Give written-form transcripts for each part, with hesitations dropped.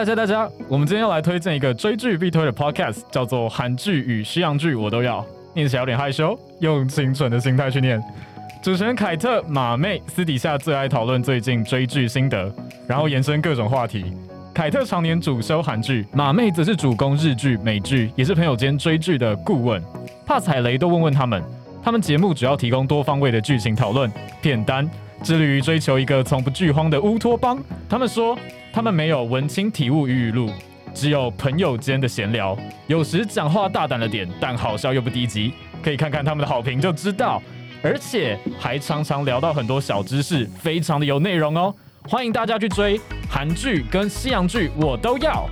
大家，我们今天要来推荐一个追剧必推的 podcast， 叫做《韩剧与西洋剧我都要》，念起来有点害羞，用清纯的心态去念。主持人凯特、马妹私底下最爱讨论最近追剧心得，然后延伸各种话题。凯特常年主修韩剧，马妹则是主攻日剧、美剧，也是朋友间追剧的顾问。怕踩雷都问问他们。他们节目主要提供多方位的剧情讨论、片单，致力于追求一个从不剧荒的乌托邦。他们说，他们没有文青体悟与语录，只有朋友间的闲聊。有时讲话大胆了点，但好笑又不低级，可以看看他们的好评就知道。而且还常常聊到很多小知识，非常的有内容哦。欢迎大家去追韩剧跟西洋剧，我都要。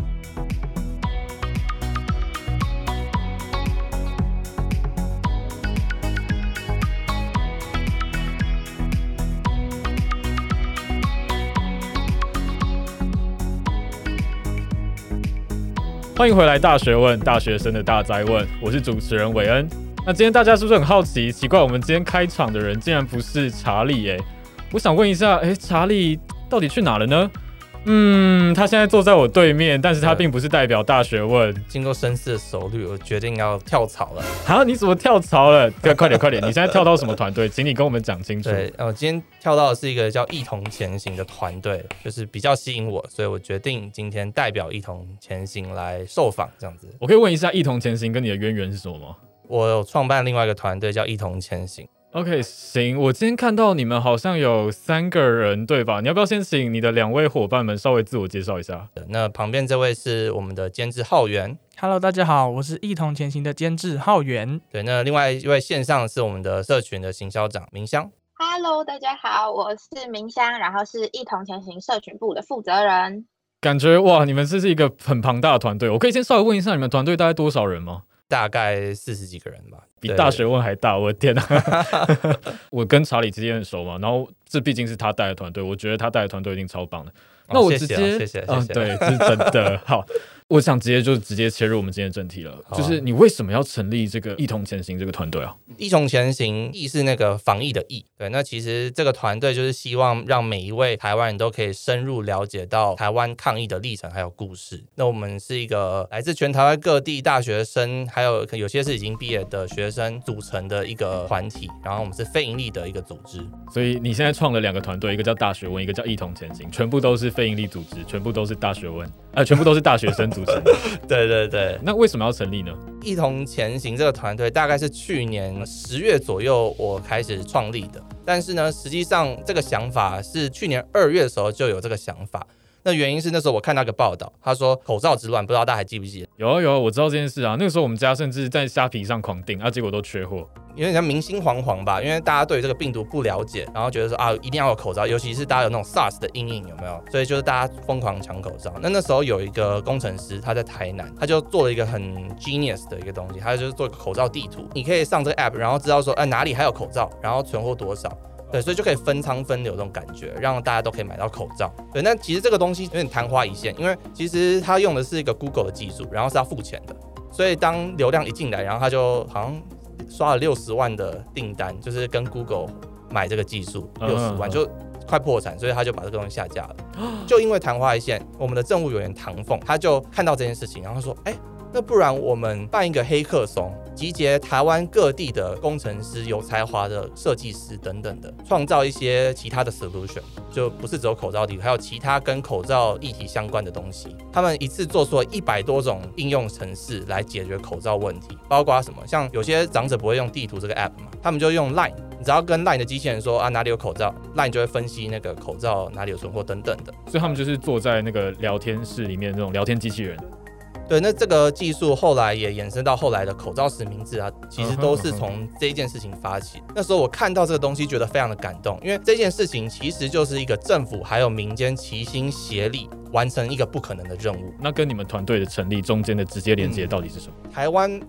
欢迎回来，大学问，大学生的大哉问，我是主持人韦恩。那今天大家是不是很好奇？奇怪，我们今天开场的人竟然不是查理耶？我想问一下，查理到底去哪了呢？他现在坐在我对面，但是他并不是代表大学问。 经过深思的熟虑，我决定要跳槽了。 啊，你怎么跳槽了？快点！你现在跳到什么团队？请你跟我们讲清楚。 对，我今天跳到的是一个叫一同前行的团队，就是比较吸引我，所以我决定今天代表一同前行来受访，这样子。 我可以问一下，一同前行跟你的渊源是什么吗？ 我有创办另外一个团队叫一同前行。 OK， 行，我今天看到你们好像有3个人，对吧？你要不要先请你的2位伙伴们稍微自我介绍一下？ 那旁边这位是我们的监制浩源。 Hello， 大家好，我是一同前行的监制浩源。 对，那另外一位线上是我们的社群的行销长明香。 Hello， 大家好，我是明香，然后是一同前行社群部的负责人。 感觉哇，你们这是一个很庞大的团队。我可以先稍微问一下，你们团队大概多少人吗？ 大概40几个人吧， 比大学问还大，我的天啊！我跟查理其实也很熟嘛，然后这毕竟是他带的团队，我觉得他带的团队一定超棒的。那我直接， 谢谢， 对，这是真的。好，我想直接切入我们今天的正题了，就是你为什么要成立这个一同前行这个团队啊？ 一同前行，疫是那个防疫的疫，对，那其实这个团队就是希望让每一位台湾人都可以深入了解到台湾抗疫的历程还有故事。那我们是一个来自全台湾各地大学生，还有些是已经毕业的学生组成的一个团体，然后我们是非营利的一个组织。 所以你现在创了2个团队，一个叫大学问，一个叫一同前行，全部都是非营利组织，全部都是大学问，全部都是大学生组成的。 对。 那为什么要成立呢？ 一同前行这个团队大概是去年10月左右我开始创立的，但是呢，实际上这个想法是去年2月的时候就有这个想法。那原因是那时候我看到一个报道，他说口罩之乱，不知道大家还记不记得？ 有，我知道这件事啊。那个时候我们家甚至在虾皮上狂订，结果都缺货， 有点像明心惶惶吧，因为大家对这个病毒不了解，然后觉得说一定要有口罩，尤其是大家有那种 SARS 的阴影，有没有？所以就是大家疯狂抢口罩。那时候有一个工程师，他在台南，他就做了一个很 genius 的一个东西，他就是做一个口罩地图，你可以上这个 app， 然后知道说哪里还有口罩，然后存货多少。对，所以就可以分仓分流这种感觉，让大家都可以买到口罩。对，那其实这个东西有点昙花一现，因为其实它用的是一个 Google 的技术，然后是要付钱的。所以当流量一进来，然后他就好像刷了60万的订单，就是跟 Google 买这个技术60万，就快破产，所以他就把这个东西下架了。就因为昙花一现，我们的政务委员唐凤他就看到这件事情，然后他说，那不然我们办一个黑客松，集结台湾各地的工程师、有才华的设计师等等的，创造一些其他的 solution， 就不是只有口罩地图，还有其他跟口罩议题相关的东西。他们一次做出了100多种应用程式来解决口罩问题，包括什么？像有些长者不会用地图这个 app 嘛，他们就用 Line， 你只要跟 Line 的机器人说哪里有口罩 ，Line 就会分析那个口罩哪里有存货等等的。 所以他们就是坐在那个聊天室里面那种聊天机器人。 对，那这个技术后来也延伸到后来的口罩实名制啊，其实都是从这一件事情发起。那时候我看到这个东西，觉得非常的感动，因为这件事情其实就是一个政府还有民间齐心协力完成一个不可能的任务。 那跟你们团队的成立中间的直接连接到底是什么？ 台湾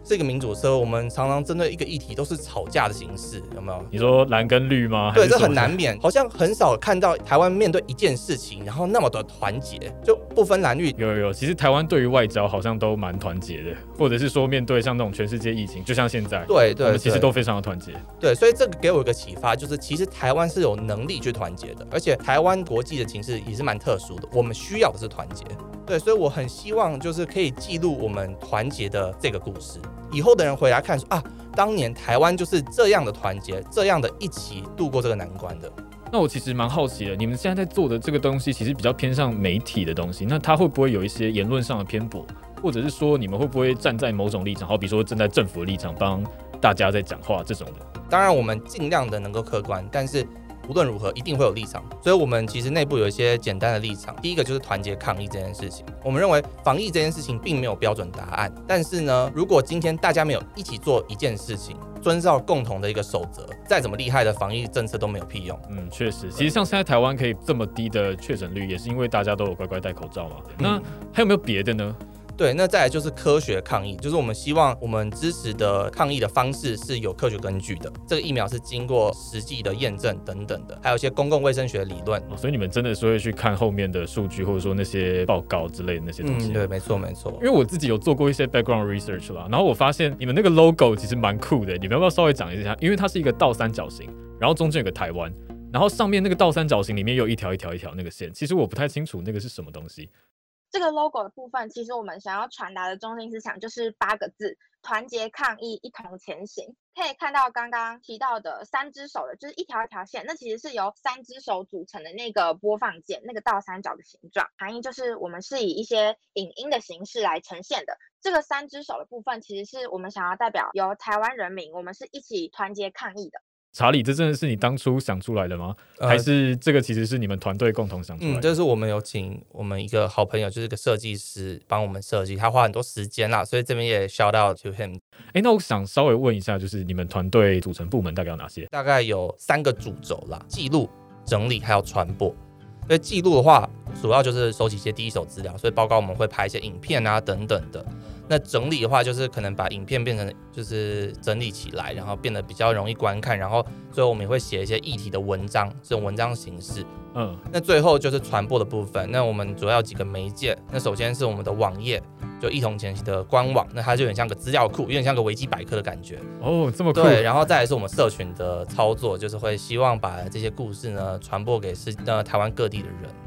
是一个民主社会，我们常常针对一个议题都是吵架的形式，有没有？ 你说蓝跟绿吗？ 对，这很难免，好像很少看到台湾面对一件事情，然后那么的团结，就不分蓝绿。 有，其实台湾对于外交好像都蛮团结的，或者是说面对像那种全世界疫情，就像现在， 对， 我们其实都非常的团结。 对，所以这个给我一个启发，就是其实台湾是有能力去团结的，而且台湾国际的情势也是蛮特殊的，我们需要的是团结。对，所以我很希望就是可以记录我们团结的这个故事，以后的人回来看说啊，当年台湾就是这样的团结，这样的一起度过这个难关的。 那我其实蛮好奇的，你们现在在做的这个东西其实比较偏向媒体的东西，那它会不会有一些言论上的偏颇，或者是说你们会不会站在某种立场，好比说站在政府的立场帮大家在讲话这种的？ 当然我们尽量的能够客观，但是无论如何一定会有立场，所以我们其实内部有一些简单的立场。第一个就是团结抗疫这件事情，我们认为防疫这件事情并没有标准答案，但是呢，如果今天大家没有一起做一件事情，遵照共同的一个守则，再怎么厉害的防疫政策都没有屁用。 确实，其实像现在台湾可以这么低的确诊率，也是因为大家都有乖乖戴口罩嘛。那还有没有别的呢？ 对，那再来就是科学抗疫，就是我们希望我们支持的抗疫的方式是有科学根据的，这个疫苗是经过实际的验证等等的，还有一些公共卫生学理论。 所以你们真的是会去看后面的数据，或者说那些报告之类的那些东西。 对，没错。因为我自己有做过一些 background research 啦，然后我发现你们那个 logo 其实蛮酷的，你们要不要稍微讲一下？因为它是一个倒三角形，然后中间有个台湾，然后上面那个倒三角形里面有一条一条那个线，其实我不太清楚那个是什么东西。 这个 logo 的部分，其实我们想要传达的中心思想就是8个字：团结抗疫，一同前行。可以看到刚刚提到的3只手的，就是一条一条线，那其实是由3只手组成的那个播放键，那个倒三角的形状，含义就是我们是以一些影音的形式来呈现的。这个3只手的部分，其实是我们想要代表由台湾人民，我们是一起团结抗疫的。 查理，这真的是你当初想出来的吗？还是这个其实是你们团队共同想出来的？ 这是我们有请我们一个好朋友，就是个设计师帮我们设计，他花很多时间啦，所以这边也 shout out to him。 那我想稍微问一下，就是你们团队组成部门大概有哪些？ 大概有3个主轴啦，记录、整理还有传播。所以记录的话，主要就是收集一些第一手资料，所以包括我们会拍一些影片啊等等的。那整理的话，就是可能把影片变成就是整理起来，然后变得比较容易观看，然后最后我们也会写一些议题的文章，这种文章形式。那最后就是传播的部分。那我们主要有几个媒介。那首先是我们的网页，就一同前行的官网，那它就有点像个资料库，有点像个维基百科的感觉。 这么酷。 对，然后再来是我们社群的操作，就是会希望把这些故事呢传播给台湾各地的人。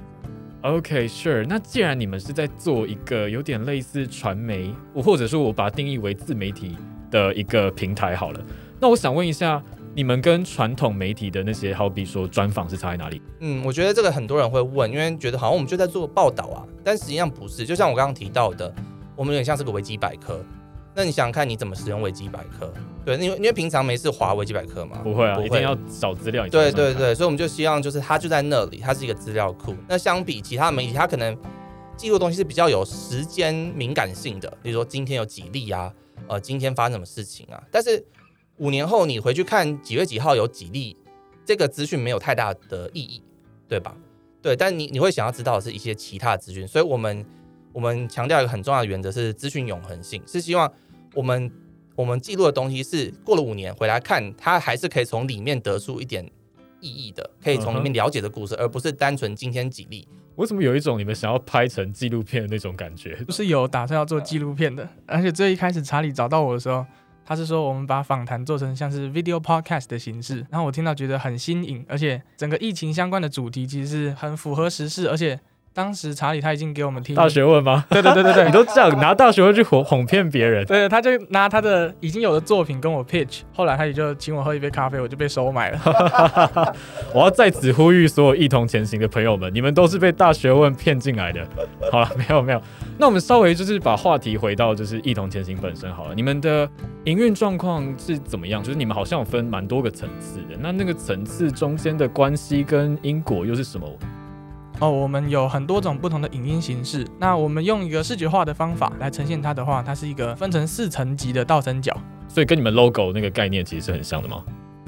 OK, sure。那既然你们是在做一个有点类似传媒，或者说我把它定义为自媒体的一个平台好了，那我想问一下，你们跟传统媒体的那些，好比说专访是差在哪里？ 我觉得这个很多人会问，因为觉得好像我们就在做报道啊，但实际上不是。就像我刚刚提到的，我们有点像是个维基百科。那你想想看，你怎么使用维基百科？对，因为平常没事滑维基百科嘛， 不会啊，一定要找资料。 对，所以我们就希望就是它就在那里，它是一个资料库。那相比其他媒体，它可能记录的东西是比较有时间敏感性的，比如说今天有几例啊，今天发生什么事情啊。但是5年后你回去看几月几号有几例，这个资讯没有太大的意义，对吧？对，但你会想要知道的是一些其他的资讯，所以我们强调一个很重要的原则是资讯永恒性，是希望我们记录的东西是过了5年回来看，它还是可以从里面得出一点意义的，可以从里面了解的故事，而不是单纯今天几例。 为什么有一种你们想要拍成纪录片的那种感觉？ 就是有打算要做纪录片的，而且最一开始查理找到我的时候，他是说我们把访谈做成像是 video podcast 的形式，然后我听到觉得很新颖，而且整个疫情相关的主题其实是很符合时事，而且当时查理他已经给我们听大学问吗？对，你都这样拿大学问去哄骗别人。 对，他就拿他的已经有的作品跟我 pitch， 后来他也就请我喝一杯咖啡，我就被收买了。 我要在此呼吁所有一同前行的朋友们，你们都是被大学问骗进来的。好了，没有。那我们稍微就是把话题回到就是一同前行本身好了。你们的营运状况是怎么样？就是你们好像有分蛮多个层次的，那个层次中间的关系跟因果又是什么？ 我们有很多种不同的影音形式。那我们用一个视觉化的方法来呈现它的话，它是一个分成4层级的倒三角， 所以跟你们 logo 那个概念其实是很像的吗？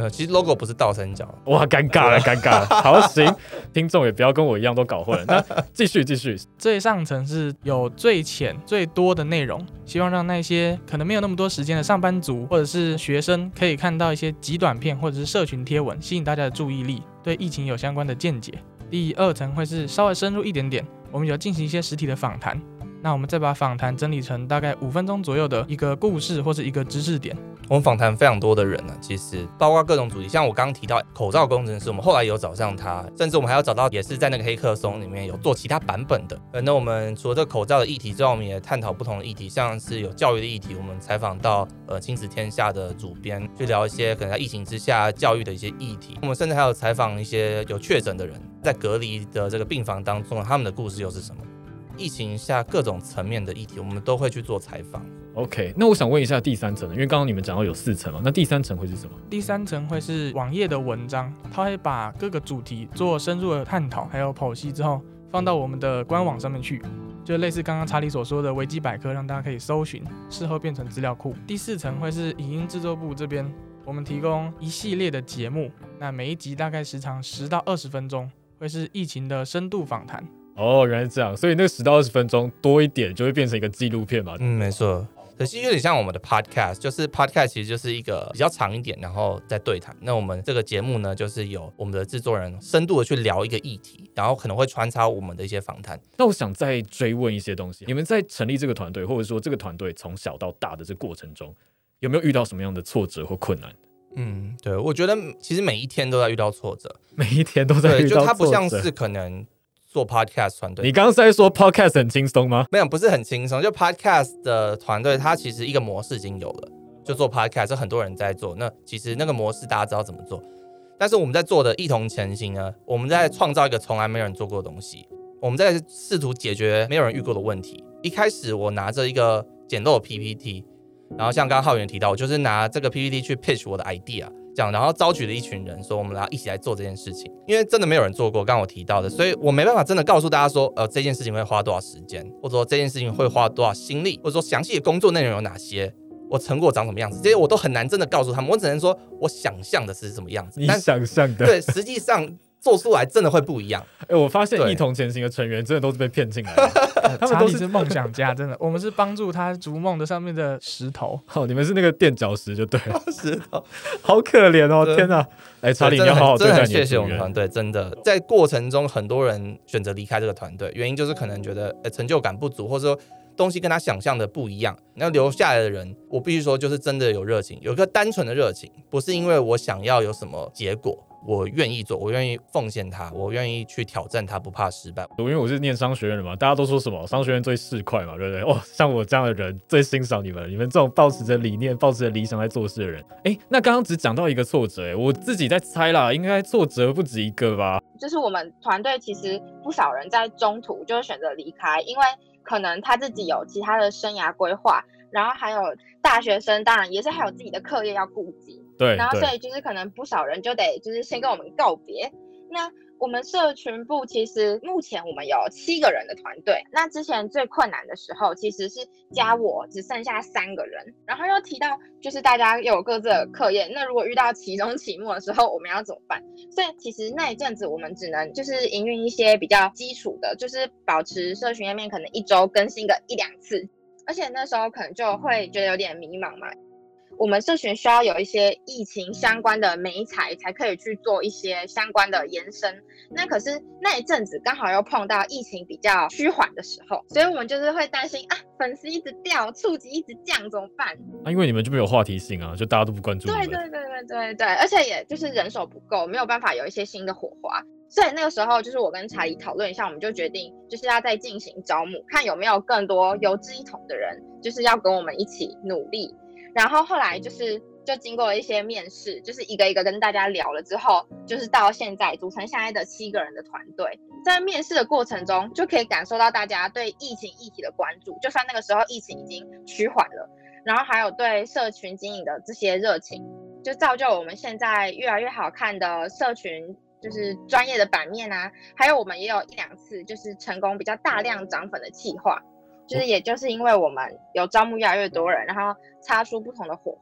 其实 logo 不是倒三角。 哇，尴尬了，尴尬了。好，行，听众也不要跟我一样都搞混了。那继续。 最上层是有最浅最多的内容，希望让那些可能没有那么多时间的上班族或者是学生，可以看到一些极短片或者是社群贴文，吸引大家的注意力，对疫情有相关的见解。第二层会是稍微深入一点点，我们有进行一些实体的访谈。那我们再把访谈整理成大概5分钟左右的一个故事或是一个知识点。 我们访谈非常多的人呢，其实包括各种主题，像我刚刚提到口罩工程师，我们后来有找上他，甚至我们还要找到也是在那个黑客松里面有做其他版本的。那我们除了这个口罩的议题之外，我们也探讨不同的议题，像是有教育的议题，我们采访到亲子天下的主编，去聊一些可能在疫情之下教育的一些议题。我们甚至还有采访一些有确诊的人，在隔离的这个病房当中，他们的故事又是什么？疫情下各种层面的议题，我们都会去做采访。 OK， 那我想问一下第三层，因为刚刚你们讲到有4层嘛，那第三层会是什么？ 第三层会是网页的文章，它会把各个主题做深入的探讨，还有剖析之后，放到我们的官网上面去，就类似刚刚查理所说的维基百科，让大家可以搜寻，事后变成资料库。第4层会是影音制作部这边，我们提供一系列的节目，那每一集大概时长10到20分钟，会是疫情的深度访谈。 哦，原来是这样，所以那10到20分钟多一点就会变成一个纪录片嘛。 没错。可惜有点像我们的 podcast， 就是 podcast 其实就是一个比较长一点，然后再对谈。那我们这个节目呢，就是有我们的制作人深度的去聊一个议题，然后可能会穿插我们的一些访谈。 那我想再追问一些东西，你们在成立这个团队，或者说这个团队从小到大的这个过程中，有没有遇到什么样的挫折或困难？ 对，我觉得其实每一天都在遇到挫折， 每一天都在遇到挫折。 就它不像是可能做 podcast 团队， 你刚刚是在说 podcast 很轻松吗？ 没有，不是很轻松。就 podcast 的团队，它其实一个模式已经有了，就做 podcast 很多人在做。那其实那个模式大家知道怎么做，但是我们在做的一同前行呢，我们在创造一个从来没有人做过的东西，我们在试图解决没有人遇过的问题。一开始我拿着一个简陋的 PPT， 然后像刚刚浩源提到，我就是拿这个 PPT 去 pitch 我的 idea。这样，然后召集了一群人，说我们来一起来做这件事情，因为真的没有人做过，刚刚我提到的，所以我没办法真的告诉大家说，这件事情会花多少时间，或者说这件事情会花多少心力，或者说详细的工作内容有哪些，我成果长什么样子，这些我都很难真的告诉他们，我只能说我想象的是什么样子， 你想象的， 对，实际上做出来真的会不一样。 我发现一同前行的成员真的都是被骗进来的， 他们都是梦想家，真的，我们是帮助他逐梦的上面的石头。 好，你们是那个垫脚石就对了， 石头， 好可怜哦，天哪！来，查理，你要好好对待你的组员。真的很谢谢我们团队，真的在过程中很多人选择离开这个团队，原因就是可能觉得成就感不足，或者说东西跟他想象的不一样。那留下来的人，我必须说就是真的有热情，有一个单纯的热情，不是因为我想要有什么结果。我愿意做，我愿意奉献它，我愿意去挑战它，不怕失败。 因为我是念商学院的嘛，大家都说什么商学院最市侩嘛，对不对？哦，像我这样的人最欣赏你们，你们这种抱持着理念、抱持着理想在做事的人。那刚刚只讲到一个挫折，我自己在猜啦，应该挫折不止一个吧？ 就是我们团队其实不少人在中途就选择离开，因为可能他自己有其他的生涯规划，然后还有大学生，当然也是还有自己的课业要顾及。 对， 然后所以就是可能不少人就得就是先跟我们告别。那我们社群部其实目前我们有7个人的团队，那之前最困难的时候其实是加我只剩下3个人，然后又提到就是大家有各自的课业，那如果遇到期中期末的时候我们要怎么办？所以其实那一阵子我们只能就是营运一些比较基础的，就是保持社群页面可能1周更新个1-2次，而且那时候可能就会觉得有点迷茫嘛。我们社群需要有一些疫情相关的媒材，才可以去做一些相关的延伸。那可是那一阵子刚好又碰到疫情比较趋缓的时候，所以我们就是会担心粉丝一直掉，触及一直降怎么办？ 因为你们就没有话题性啊，就大家都不关注你们。 对，而且也就是人手不够，没有办法有一些新的火花。所以那个时候就是我跟查理讨论一下，我们就决定就是要再进行招募，看有没有更多有志一同的人，就是要跟我们一起努力。然后后来就经过了一些面试，就是一个一个跟大家聊了之后，就是到现在组成现在的7个人的团队。在面试的过程中，就可以感受到大家对疫情议题的关注，就算那个时候疫情已经趋缓了，然后还有对社群经营的这些热情，就造就我们现在越来越好看的社群，就是专业的版面啊，还有我们也有1-2次就是成功比较大量涨粉的企划。就是也就是因为我们有招募越来越多人，然后擦出不同的火花。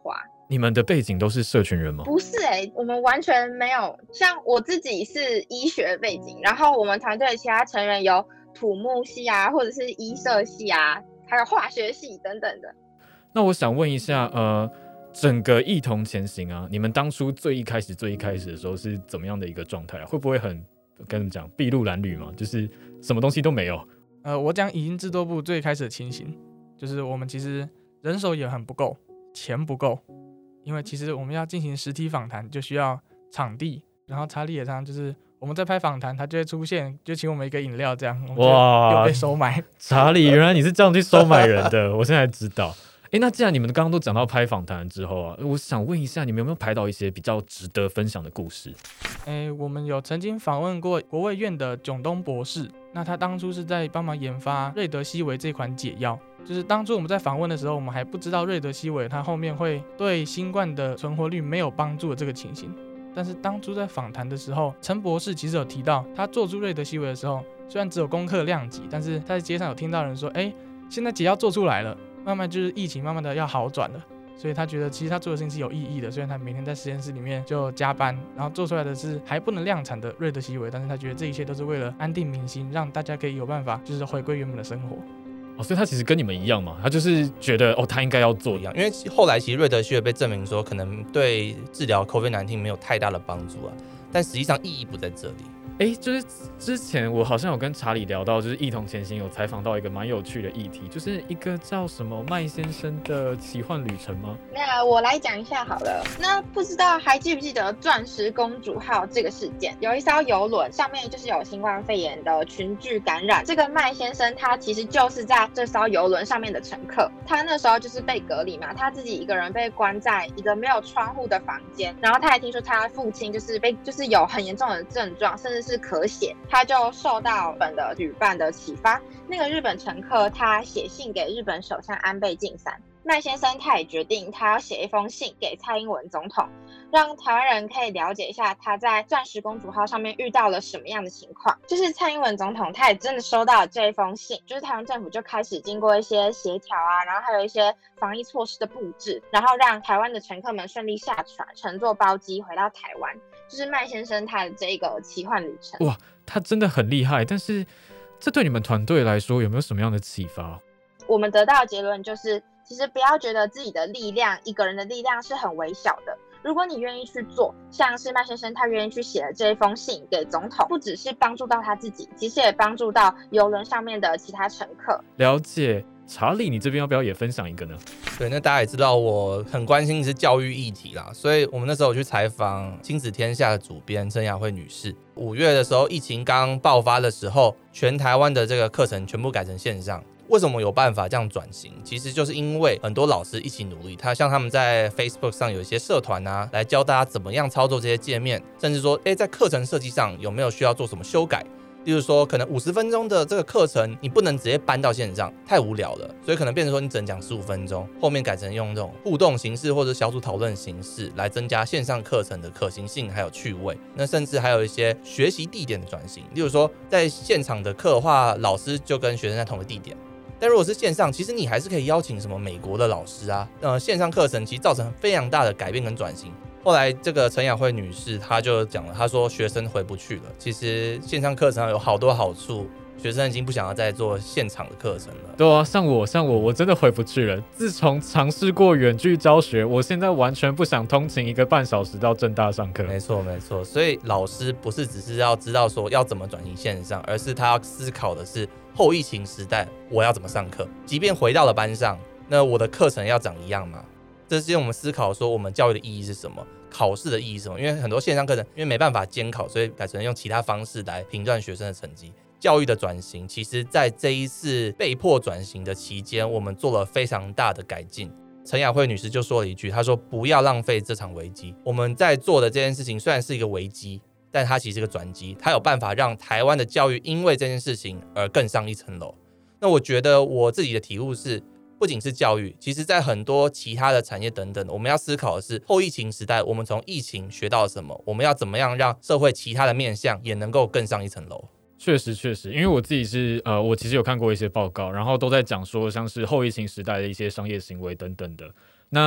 你们的背景都是社群人吗？ 不是我们完全没有。像我自己是医学背景，然后我们团队的其他成员有土木系啊，或者是医社系啊，还有化学系等等的。 那我想问一下，整个一同前行啊，你们当初最一开始的时候是怎么样的一个状态啊？会不会很跟你们讲筚路蓝缕嘛？就是什么东西都没有？ 我讲影音制作部最开始的情形，就是我们其实人手也很不够，钱不够，因为其实我们要进行实体访谈，就需要场地。然后查理也常常就是我们在拍访谈，他就会出现，就请我们一个饮料，这样我们就又被收买。 查理，原来你是这样去收买人的，我现在知道。那既然你们刚刚都讲到拍访谈之后啊，我想问一下，你们有没有拍到一些比较值得分享的故事？ 我们有曾经访问过国卫院的囧东博士，那他当初是在帮忙研发瑞德西韦这款解药。就是当初我们在访问的时候，我们还不知道瑞德西韦它后面会对新冠的存活率没有帮助的这个情形。但是当初在访谈的时候，陈博士其实有提到，他做出瑞德西韦的时候，虽然只有攻克量级，但是他在街上有听到人说，现在解药做出来了，慢慢就是疫情慢慢的要好转了，所以他觉得其实他做的事情是有意义的。虽然他每天在实验室里面就加班，然后做出来的是还不能量产的瑞德西韦，但是他觉得这一切都是为了安定民心，让大家可以有办法就是回归原本的生活。 所以他其实跟你们一样嘛，他就是觉得他应该要做一样，因为后来其实瑞德西韦被证明说可能对治疗 COVID-19 没有太大的帮助啊，但实际上意义不在这里。 就是之前我好像有跟查理聊到，就是一同前行有采访到一个蛮有趣的议题，就是一个叫什么麦先生的奇幻旅程吗？ 那我来讲一下好了。那不知道还记不记得钻石公主号这个事件？有一艘邮轮上面就是有新冠肺炎的群聚感染，这个麦先生他其实就是在这艘邮轮上面的乘客，他那时候就是被隔离嘛，他自己一个人被关在一个没有窗户的房间，然后他还听说他父亲就是有很严重的症状，甚至是咳血，他就受到日本的举办的启发。那个日本乘客他写信给日本首相安倍晋三，麦先生他也决定他要写一封信给蔡英文总统，让台湾人可以了解一下他在钻石公主号上面遇到了什么样的情况。就是蔡英文总统他也真的收到了这一封信，就是台湾政府就开始经过一些协调啊，然后还有一些防疫措施的布置，然后让台湾的乘客们顺利下船，乘坐包机回到台湾。就是麦先生他的这个奇幻旅程。 哇，他真的很厉害，但是这对你们团队来说有没有什么样的启发？ 我们得到的结论就是，其实不要觉得自己的力量，一个人的力量是很微小的。如果你愿意去做，像是麦先生他愿意去写了这一封信给总统，不只是帮助到他自己，其实也帮助到邮轮上面的其他乘客。 了解。查理，你这边要不要也分享一个呢？ 对，那大家也知道我很关心是教育议题啦，所以我们那时候有去采访亲子天下的主编曾雅慧女士。5月的时候，疫情刚爆发的时候，全台湾的这个课程全部改成线上。为什么有办法这样转型？其实就是因为很多老师一起努力，像他们在 Facebook 上有一些社团啊，来教大家怎么样操作这些界面，甚至说，在课程设计上有没有需要做什么修改。例如说，可能50分钟的这个课程，你不能直接搬到线上，太无聊了，所以可能变成说你只能讲15分钟，后面改成用这种互动形式或者小组讨论形式，来增加线上课程的可行性还有趣味。那甚至还有一些学习地点的转型，例如说在现场的课的话，老师就跟学生在同一个地点。但如果是线上，其实你还是可以邀请什么美国的老师啊，线上课程其实造成非常大的改变跟转型。后来这个陈雅慧女士她就讲了，她说学生回不去了，其实线上课程有好多好处，学生已经不想要再做现场的课程了。 对啊，像我真的回不去了。自从尝试过远距教学，我现在完全不想通勤1个半小时到政大上课。 没错没错，所以老师不是只是要知道说要怎么转型线上，而是他要思考的是后疫情时代我要怎么上课，即便回到了班上，那我的课程要长一样吗？这是我们思考说我们教育的意义是什么，考试的意义是什么。因为很多线上课程因为没办法监考，所以改成用其他方式来评断学生的成绩。教育的转型，其实在这一次被迫转型的期间，我们做了非常大的改进。陈雅慧女士就说了一句，她说不要浪费这场危机。我们在做的这件事情虽然是一个危机，但它其实是个转机，它有办法让台湾的教育因为这件事情而更上一层楼。那我觉得我自己的体悟是，不仅是教育，其实在很多其他的产业等等，我们要思考的是后疫情时代我们从疫情学到了什么，我们要怎么样让社会其他的面向也能够更上一层楼。 确实，因为我自己是我其实有看过一些报告，然后都在讲说像是后疫情时代的一些商业行为等等的。那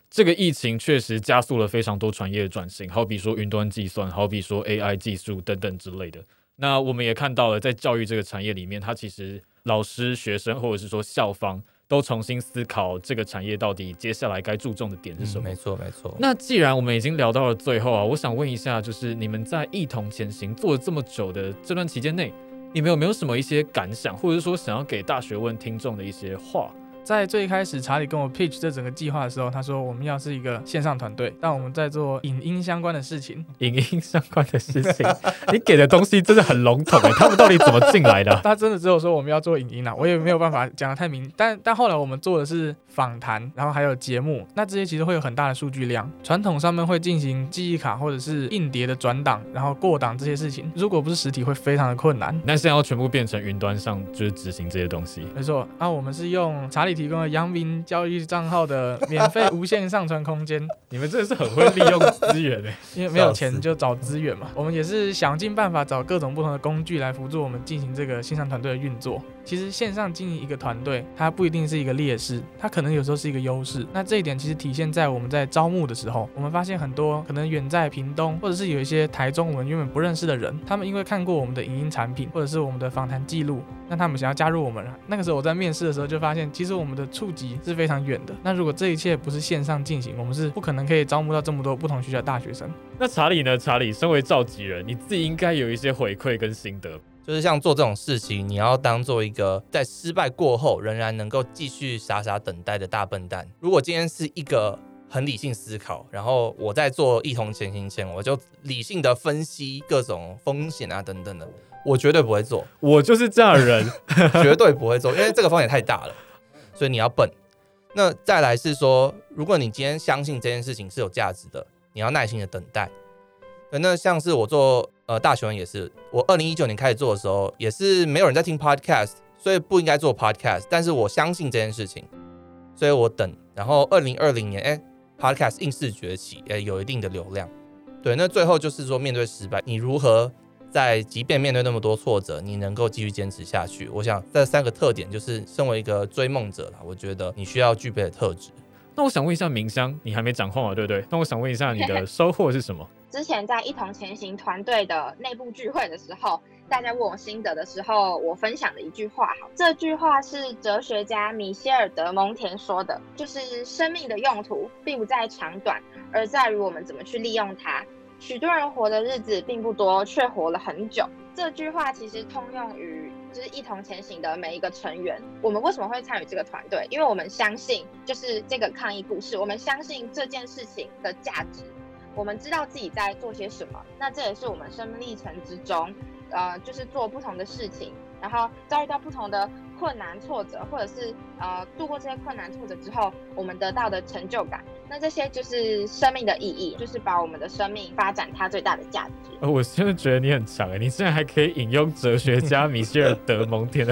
这个疫情确实加速了非常多产业的转型，好比说云端计算，好比说 AI 技术等等之类的。那我们也看到了，在教育这个产业里面，它其实老师、学生或者是说校方都重新思考这个产业到底接下来该注重的点是什么。 没错没错。 那既然我们已经聊到了最后啊，我想问一下，就是你们在一同前行做了这么久的这段期间内，你们有没有什么一些感想，或者说想要给大学问听众的一些话？ 在最一开始查理跟我 pitch 这整个计划的时候，他说我们要是一个线上团队，但我们在做影音相关的事情。 影音相关的事情，你给的东西真的很笼统他们到底怎么进来的他真的只有说我们要做影音啦，我也没有办法讲得太明，但后来我们做的是访谈，然后还有节目，那这些其实会有很大的数据量。传统上面会进行记忆卡或者是硬碟的转档，然后过档这些事情，如果不是实体会非常的困难。 那现在要全部变成云端上，就是执行这些东西。 没错，我们是用查理提供的阳明教育账号的免费无限上传空间。 你们真的是很会利用资源因为没有钱就找资源嘛。我们也是想尽办法找各种不同的工具来辅助我们进行这个线上团队的运作。其实线上经营一个团队，它不一定是一个劣势，它可能有时候是一个优势。那这一点其实体现在我们在招募的时候，我们发现很多可能远在屏东，或者是有一些台中我们原本不认识的人，他们因为看过我们的影音产品，或者是我们的访谈记录，那他们想要加入我们。那个时候我在面试的时候就发现，其实我们的触及是非常远的。那如果这一切不是线上进行，我们是不可能可以招募到这么多不同学校的大学生。 那查理呢？查理身为召集人，你自己应该有一些回馈跟心得。 就是像做这种事情，你要当做一个在失败过后仍然能够继续傻傻等待的大笨蛋。如果今天是一个很理性思考，然后我在做一同前行前，我就理性的分析各种风险啊等等的，我绝对不会做。 我就是这样的人绝对不会做，因为这个风险太大了，所以你要笨。那再来是说，如果你今天相信这件事情是有价值的，你要耐心的等待。那像是我做大学问也是，我2019年开始做的时候，也是没有人在听 podcast， 所以不应该做 podcast， 但是我相信这件事情，所以我等。然后2020年podcast 应势崛起，有一定的流量。对，那最后就是说面对失败，你如何在即便面对那么多挫折，你能够继续坚持下去？我想这3个特点就是身为一个追梦者啦，我觉得你需要具备的特质。 那我想问一下明香，你还没讲话嘛，对不对？那我想问一下你的收获是什么？ 之前在一同前行团队的内部聚会的时候，大家问我心得的时候，我分享的一句话，这句话是哲学家米歇尔·德蒙田说的，就是生命的用途并不在长短，而在于我们怎么去利用它。许多人活的日子并不多，却活了很久。这句话其实通用于就是一同前行的每一个成员。我们为什么会参与这个团队？因为我们相信就是这个抗疫故事，我们相信这件事情的价值，我们知道自己在做些什么。那这也是我们生命历程之中就是做不同的事情，然后遭遇到不同的困难挫折，或者是度过这些困难挫折之后，我们得到的成就感。那这些就是生命的意义，就是把我们的生命发展它最大的价值。 我真的觉得你很强你现在还可以引用哲学家米歇尔·德蒙田的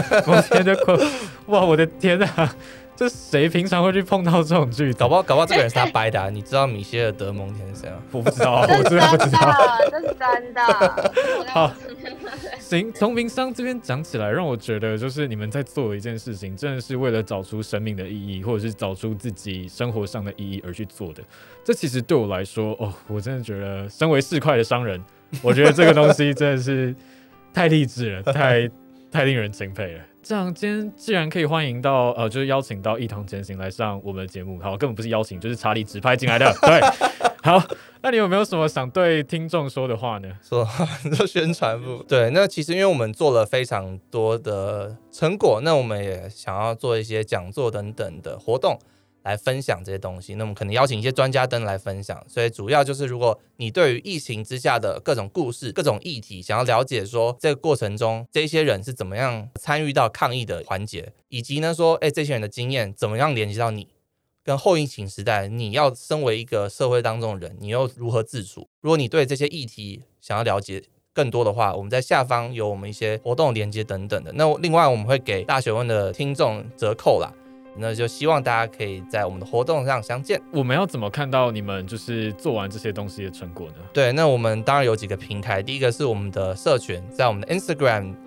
quote，哇，我的天啊！这谁平常会去碰到这种句子？ 搞不好这个人是他掰的你知道米歇尔·德蒙田是谁吗？ 我不知道我真的不知道。 这是真的。 好，行，从明商这边讲起来，让我觉得就是你们在做一件事情，真的是为了找出生命的意义，或者是找出自己生活上的意义而去做的。这其实对我来说，我真的觉得，身为市侩的商人，我觉得这个东西真的是太励志了，太令人敬佩了。这样，今天既然可以欢迎到就是邀请到一同前行来上我们的节目，好，根本不是邀请，就是查理指派进来的。对，好，那你有没有什么想对听众说的话呢？ 说宣传部，对，那其实因为我们做了非常多的成果，那我们也想要做一些讲座等等的活动来分享这些东西，那我们可能邀请一些专家登来分享，所以主要就是如果你对于疫情之下的各种故事、各种议题想要了解说这个过程中这些人是怎么样参与到抗疫的环节，以及呢说这些人的经验怎么样连接到你跟后疫情时代，你要身为一个社会当中的人，你又如何自处？如果你对这些议题想要了解更多的话，我们在下方有我们一些活动连接等等的，那另外我们会给大学问的听众折扣啦，那就希望大家可以在我们的活动上相见。 我们要怎么看到你们就是做完这些东西的成果呢？ 对，那我们当然有几个平台，第一个是我们的社群，在我们的 Instagram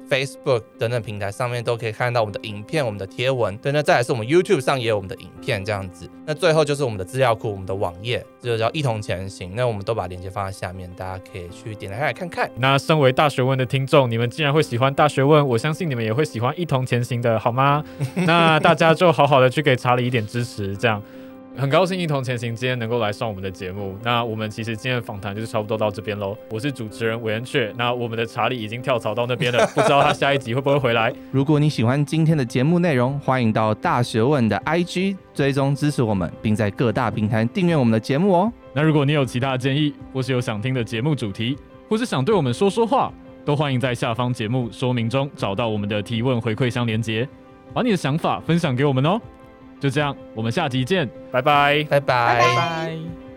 Facebook 等等平台上面都可以看到我们的影片、我们的贴文。对，那再来是我们 YouTube 上也有我们的影片这样子。那最后就是我们的资料库、我们的网页，这就叫一同前行。那我们都把链接放在下面，大家可以去点开来看看。 那身为大学问的听众，你们既然会喜欢大学问，我相信你们也会喜欢一同前行的，好吗？那大家就好好的去给查理一点支持，这样。很高兴一同前行今天能够来上我们的节目。那我们其实今天的访谈就是差不多到这边咯。我是主持人韦恩雀，那我们的查理已经跳槽到那边了，不知道他下一集会不会回来。 如果你喜欢今天的节目内容，欢迎到大学问的 IG 追踪支持我们，并在各大平台订阅我们的节目哦。 那如果你有其他的建议，或是有想听的节目主题，或是想对我们说说话，都欢迎在下方节目说明中找到我们的提问回馈箱连结，把你的想法分享给我们哦。就这样，我们下集见，拜拜， 拜拜。 拜拜。